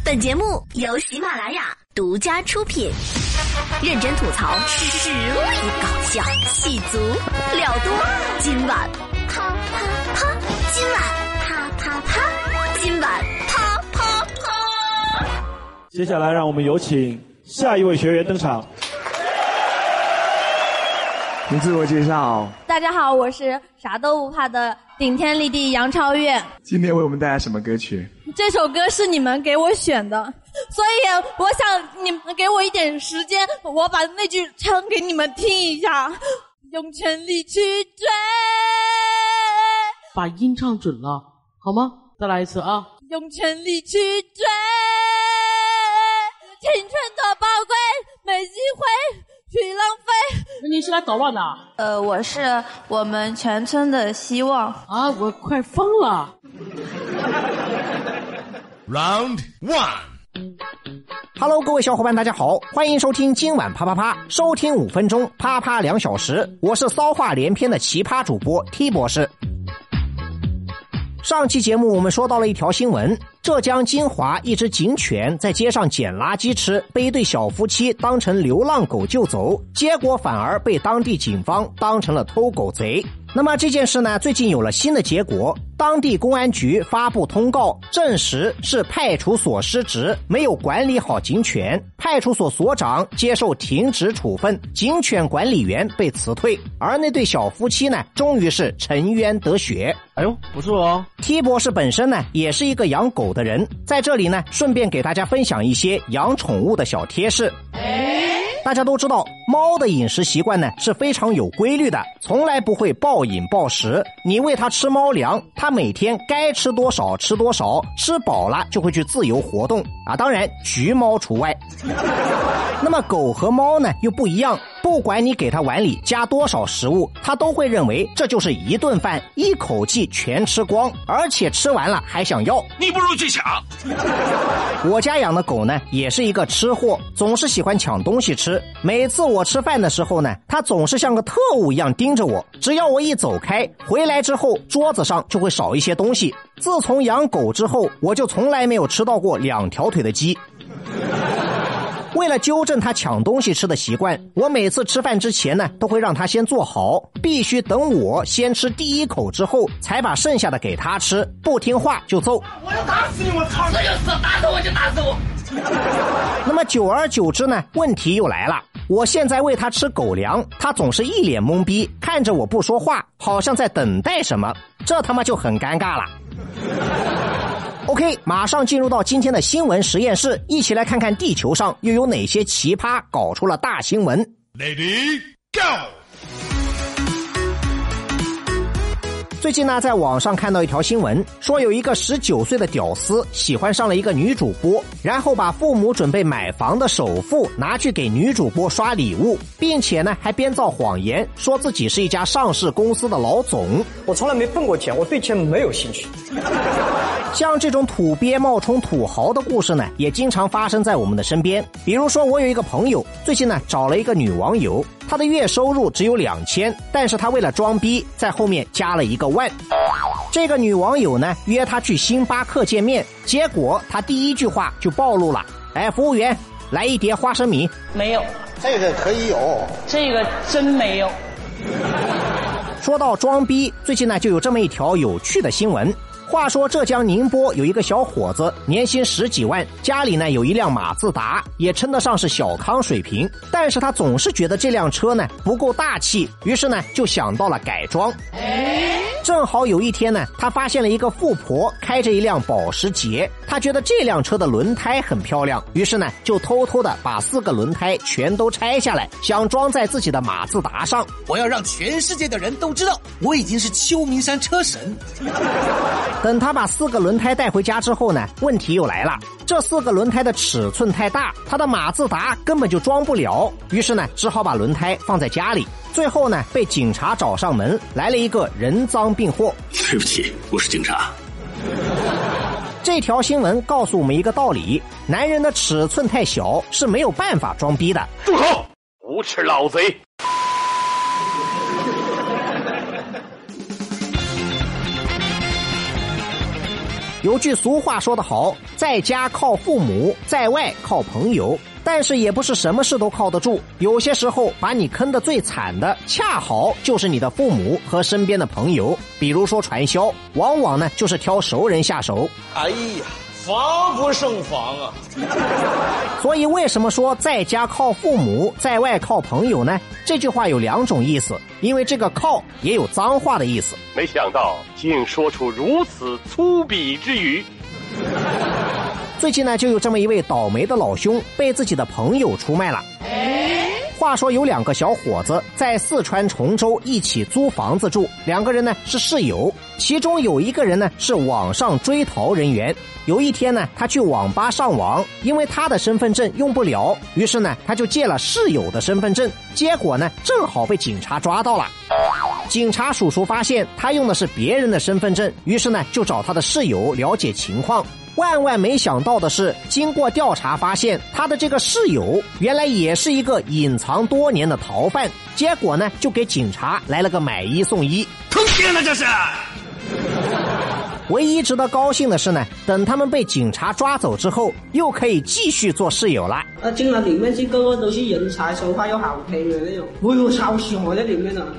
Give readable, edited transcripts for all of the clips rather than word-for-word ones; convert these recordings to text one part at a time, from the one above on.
本节目由喜马拉雅独家出品，认真吐槽，实力搞笑，戏足了多。今晚啪啪啪，今晚啪啪啪，今晚啪啪啪。 接下来让我们有请下一位学员登场。 请自我介绍。 大家好，我是啥都不怕的顶天立地杨超越。 今天为我们带来什么歌曲？ 这首歌是你们给我选的，所以我想你们给我一点时间，我把那句唱给你们听一下。用全力去追， 把音唱准了，好吗？再来一次啊！ 用全力去追，青春多宝贵，没机会去浪费。 你是来捣乱的？ 我是我们全村的希望啊！我快疯了。 Round 1。Hello， 各位小伙伴，大家好，欢迎收听今晚啪啪啪，收听5分钟，啪啪2小时。我是骚话连篇的奇葩主播 T 博士。上期节目我们说到了一条新闻，浙江金华一只警犬在街上捡垃圾吃，被一对小夫妻当成流浪狗救走，结果反而被当地警方当成了偷狗贼。那么这件事呢，最近有了新的结果，当地公安局发布通告，证实是派出所失职，没有管理好警犬，派出所所长接受停职处分，警犬管理员被辞退，而那对小夫妻呢，终于是沉冤得雪。 哎呦，不错哦。 T 博士本身呢，也是一个养狗的人，在这里呢，顺便给大家分享一些养宠物的小贴士。大家都知道，猫的饮食习惯呢是非常有规律的，从来不会暴饮暴食。你喂它吃猫粮，它每天该吃多少吃多少，吃饱了就会去自由活动啊，当然橘猫除外。那么狗和猫呢又不一样，不管你给它碗里加多少食物，它都会认为这就是一顿饭，一口气全吃光，而且吃完了还想要。 你不如去抢。 我家养的狗呢也是一个吃货，总是喜欢抢东西吃。每次我吃饭的时候呢，它总是像个特务一样盯着我，只要我一走开，回来之后桌子上就会少一些东西。自从养狗之后，我就从来没有吃到过2条腿的鸡。为了纠正他抢东西吃的习惯，我每次吃饭之前呢，都会让他先做好，必须等我先吃第一口之后，才把剩下的给他吃，不听话就揍。 我要打死你，我操！这就是打死我就打死我。 那么久而久之呢，问题又来了。我现在喂他吃狗粮，他总是一脸懵逼，看着我不说话，好像在等待什么，这他妈就很尴尬了。OK， 马上进入到今天的新闻实验室，一起来看看地球上又有哪些奇葩搞出了大新闻。 Lady Go。 最近呢，在网上看到一条新闻，说有一个19岁的屌丝喜欢上了一个女主播，然后把父母准备买房的首付拿去给女主播刷礼物，并且呢还编造谎言，说自己是一家上市公司的老总。 我从来没分过钱，我对钱没有兴趣。 像这种土鳖冒充土豪的故事呢，也经常发生在我们的身边。比如说，我有一个朋友，最近呢找了一个女网友，她的月收入只有2000，但是她为了装逼，在后面加了1个万。这个女网友呢约她去星巴克见面，结果她第一句话就暴露了：哎，服务员，来1碟花生米。 没有。这个可以有，这个真没有。 说到装逼，最近呢就有这么一条有趣的新闻。话说浙江宁波有一个小伙子，年薪10几万，家里呢有一辆马自达，也称得上是小康水平，但是他总是觉得这辆车呢不够大气，于是呢就想到了改装。正好有一天呢，他发现了一个富婆开着一辆保时捷，他觉得这辆车的轮胎很漂亮，于是呢就偷偷的把4个轮胎全都拆下来，想装在自己的马自达上。 我要让全世界的人都知道，我已经是秋名山车神。 等他把4个轮胎带回家之后呢，问题又来了，这4个轮胎的尺寸太大，他的马自达根本就装不了，于是呢只好把轮胎放在家里。最后呢被警察找上门，来了一个人赃并获。 对不起，我是警察。 这条新闻告诉我们一个道理，男人的尺寸太小是没有办法装逼的。 住口，无耻老贼。 有句俗话说得好，在家靠父母，在外靠朋友。但是也不是什么事都靠得住，有些时候把你坑得最惨的，恰好就是你的父母和身边的朋友。比如说传销，往往呢就是挑熟人下手。 哎呀，防不胜防啊！ 所以为什么说在家靠父母，在外靠朋友呢？这句话有2种意思，因为这个靠也有脏话的意思。 没想到竟说出如此粗鄙之语。 最近呢，就有这么一位倒霉的老兄被自己的朋友出卖了。话说有2个小伙子在四川崇州一起租房子住，2个人呢是室友，其中有一个人呢是网上追逃人员。有一天呢，他去网吧上网，因为他的身份证用不了，于是呢他就借了室友的身份证，结果呢正好被警察抓到了。警察叔叔发现他用的是别人的身份证，于是呢就找他的室友了解情况。万万没想到的是，经过调查发现，他的这个室友原来也是一个隐藏多年的逃犯，结果呢就给警察来了个买1送1。 坑爹了这是！ 唯一值得高兴的是呢，等他们被警察抓走之后，又可以继续做室友了。 进了里面去，个个都是人才，说话又好听的那种。哎呦，超喜欢在里面的。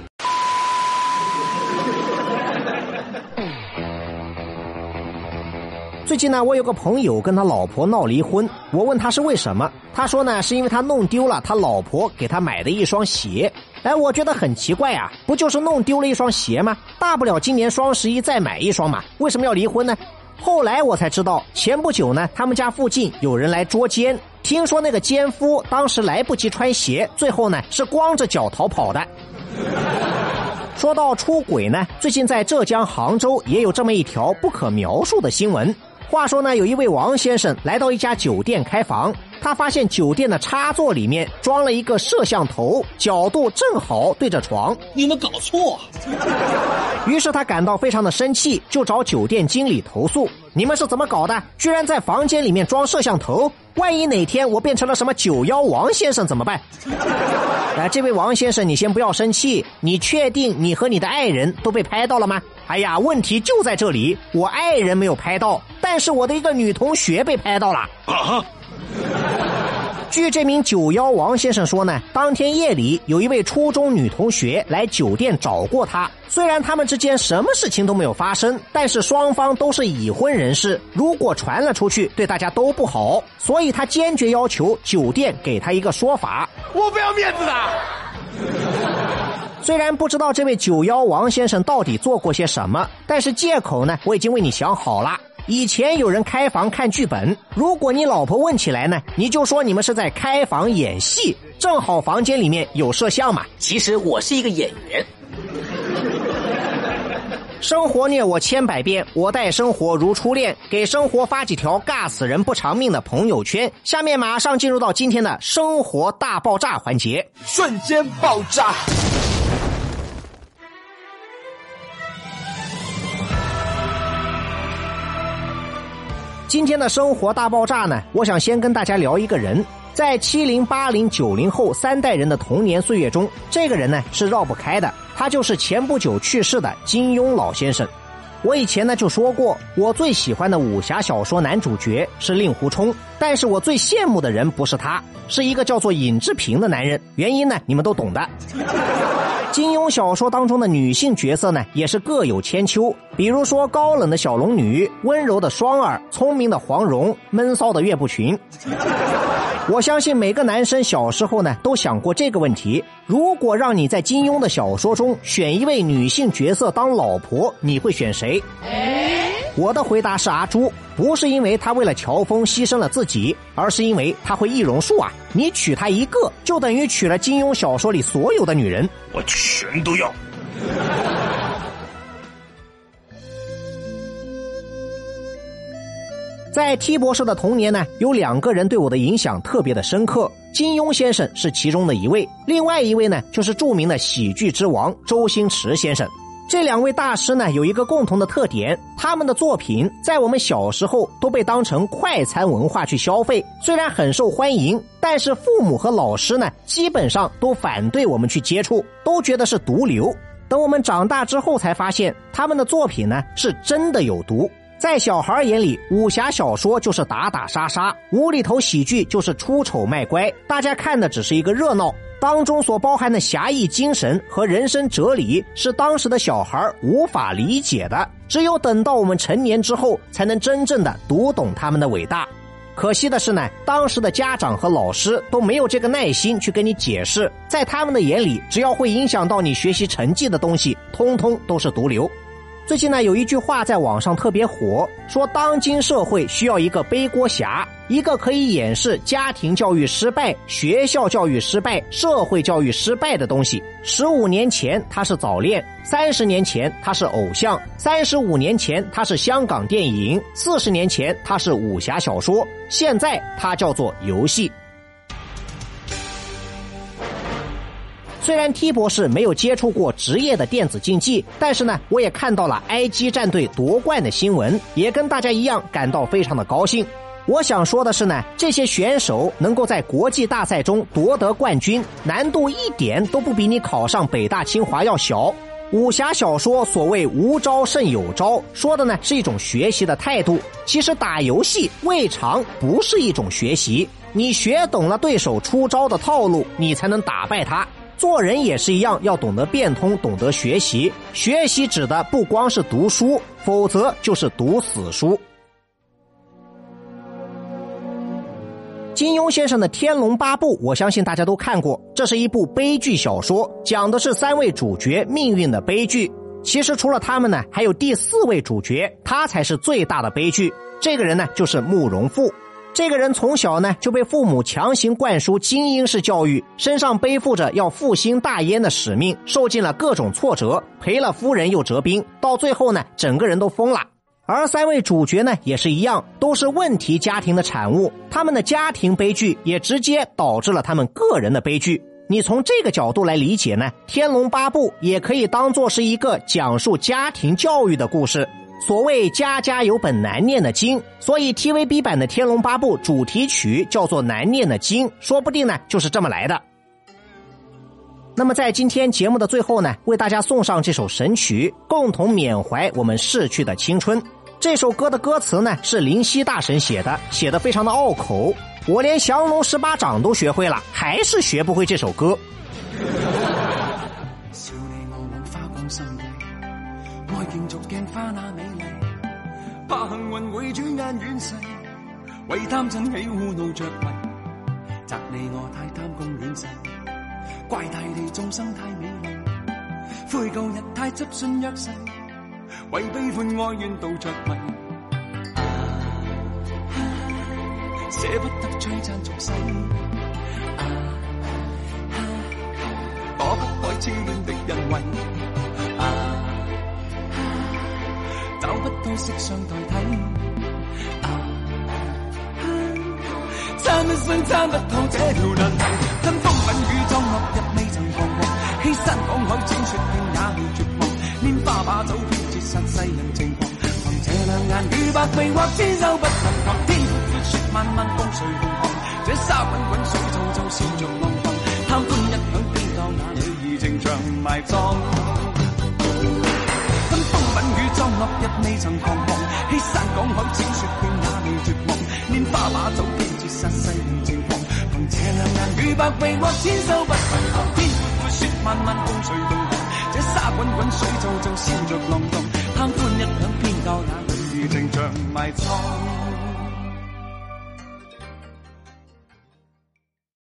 最近呢，我有个朋友跟他老婆闹离婚，我问他是为什么，他说呢是因为他弄丢了他老婆给他买的一双鞋。我觉得很奇怪啊，不就是弄丢了一双鞋吗？大不了今年双11再买一双嘛，为什么要离婚呢？后来我才知道，前不久呢，他们家附近有人来捉奸，听说那个奸夫当时来不及穿鞋，最后呢是光着脚逃跑的。说到出轨呢，最近在浙江杭州也有这么一条不可描述的新闻。话说呢，有一位王先生来到一家酒店开房，他发现酒店的插座里面装了一个摄像头，角度正好对着床。 你有没有搞错？ 于是他感到非常的生气，就找酒店经理投诉：你们是怎么搞的？居然在房间里面装摄像头，万一哪天我变成了什么91王先生怎么办？这位王先生，你先不要生气，你确定你和你的爱人都被拍到了吗？哎呀，问题就在这里，我爱人没有拍到，但是我的一个女同学被拍到了。据这名91王先生说呢，当天夜里有一位初中女同学来酒店找过他，虽然他们之间什么事情都没有发生，但是双方都是已婚人士，如果传了出去对大家都不好，所以他坚决要求酒店给他一个说法。 我不要面子的。 虽然不知道这位91王先生到底做过些什么，但是借口呢我已经为你想好了。以前有人开房看剧本，如果你老婆问起来呢，你就说你们是在开房演戏，正好房间里面有摄像嘛。 其实我是一个演员。 生活虐我千百遍，我待生活如初恋，给生活发几条尬死人不偿命的朋友圈。下面马上进入到今天的生活大爆炸环节， 瞬间爆炸。 今天的生活大爆炸呢，我想先跟大家聊一个人。在70、80、90后3代人的童年岁月中，这个人呢是绕不开的，他就是前不久去世的金庸老先生。我以前呢就说过，我最喜欢的武侠小说男主角是令狐冲，但是我最羡慕的人不是他，是一个叫做尹志平的男人，原因呢你们都懂的。金庸小说当中的女性角色呢也是各有千秋，比如说高冷的小龙女，温柔的双儿，聪明的黄蓉，闷骚的岳不群。我相信每个男生小时候呢都想过这个问题，如果让你在金庸的小说中选一位女性角色当老婆，你会选谁？我的回答是阿朱，不是因为他为了乔峰牺牲了自己，而是因为他会易容术啊！你娶她一个，就等于娶了金庸小说里所有的女人， 我全都要。 在 T 博士的童年呢，有2个人对我的影响特别的深刻，金庸先生是其中的一位，另外一位呢就是著名的喜剧之王周星驰先生。这2位大师呢有一个共同的特点，他们的作品在我们小时候都被当成快餐文化去消费，虽然很受欢迎，但是父母和老师呢基本上都反对我们去接触，都觉得是毒瘤。等我们长大之后才发现，他们的作品呢是真的有毒。 在小孩眼里，武侠小说就是打打杀杀，无厘头喜剧就是出丑卖乖，大家看的只是一个热闹，当中所包含的侠义精神和人生哲理是当时的小孩无法理解的，只有等到我们成年之后才能真正的读懂他们的伟大。可惜的是呢，当时的家长和老师都没有这个耐心去跟你解释，在他们的眼里，只要会影响到你学习成绩的东西，通通都是毒瘤。最近呢，有一句话在网上特别火，说当今社会需要一个背锅侠，一个可以掩饰家庭教育失败、学校教育失败、社会教育失败的东西。15年前它是早恋，30年前它是偶像，35年前它是香港电影，40年前它是武侠小说，现在它叫做游戏。虽然 T 博士没有接触过职业的电子竞技，但是呢，我也看到了 IG 战队夺冠的新闻，也跟大家一样感到非常的高兴。我想说的是呢，这些选手能够在国际大赛中夺得冠军，难度一点都不比你考上北大清华要小。武侠小说所谓无招胜有招，说的呢是一种学习的态度，其实打游戏未尝不是一种学习，你学懂了对手出招的套路，你才能打败他。做人也是一样，要懂得变通，懂得学习。学习指的不光是读书，否则就是读死书。金庸先生的《天龙八部》，我相信大家都看过，这是一部悲剧小说，讲的是3位主角命运的悲剧。其实除了他们呢，还有第4位主角，他才是最大的悲剧。这个人呢，就是慕容复。这个人从小呢就被父母强行灌输精英式教育，身上背负着要复兴大燕的使命，受尽了各种挫折，赔了夫人又折兵，到最后呢整个人都疯了。而3位主角呢也是一样，都是问题家庭的产物，他们的家庭悲剧也直接导致了他们个人的悲剧。你从这个角度来理解呢，《天龙八部》也可以当作是一个讲述家庭教育的故事。所谓家家有本难念的经，所以 TVB 版的《天龙八部》主题曲叫做难念的经，说不定呢就是这么来的。那么在今天节目的最后呢，为大家送上这首神曲，共同缅怀我们逝去的青春。这首歌的歌词呢是灵犀大神写的，写得非常的拗口，我连降龙18掌都学会了，还是学不会这首歌。 笑你我往花光心地，愛競逐鏡花那美麗，怕幸運會轉眼遠逝，為貪嗔喜惡怒着迷，責你我太貪功戀勢，怪大地眾生太美麗，悔舊日太執信約誓，為悲歡哀怨妒着迷，捨不得璀璨俗世，躲不開痴戀的人為，找不到色相代替，參一生參不透這條難題，吞風吻雨裝落日未曾彷徨，欺山趕海踐雪遍也未絕望，拈花把酒偏折殺世人情狂，憑這兩眼與百臂或千手不能防，天闊闊雪漫漫風隨同航，這沙滾滾水皺皺笑着浪蕩，貪歡一晌偏教那女兒情長埋葬。裝落日未曾彷徨，欺山趕海踐雪遍也未絕望，拈花把酒偏折殺世人情狂，憑這兩眼與百臂或千手不能防，天闊闊雪漫漫風隨動航，這沙滾滾水皺皺笑着浪蕩，貪歡一晌偏教那女兒情長埋葬。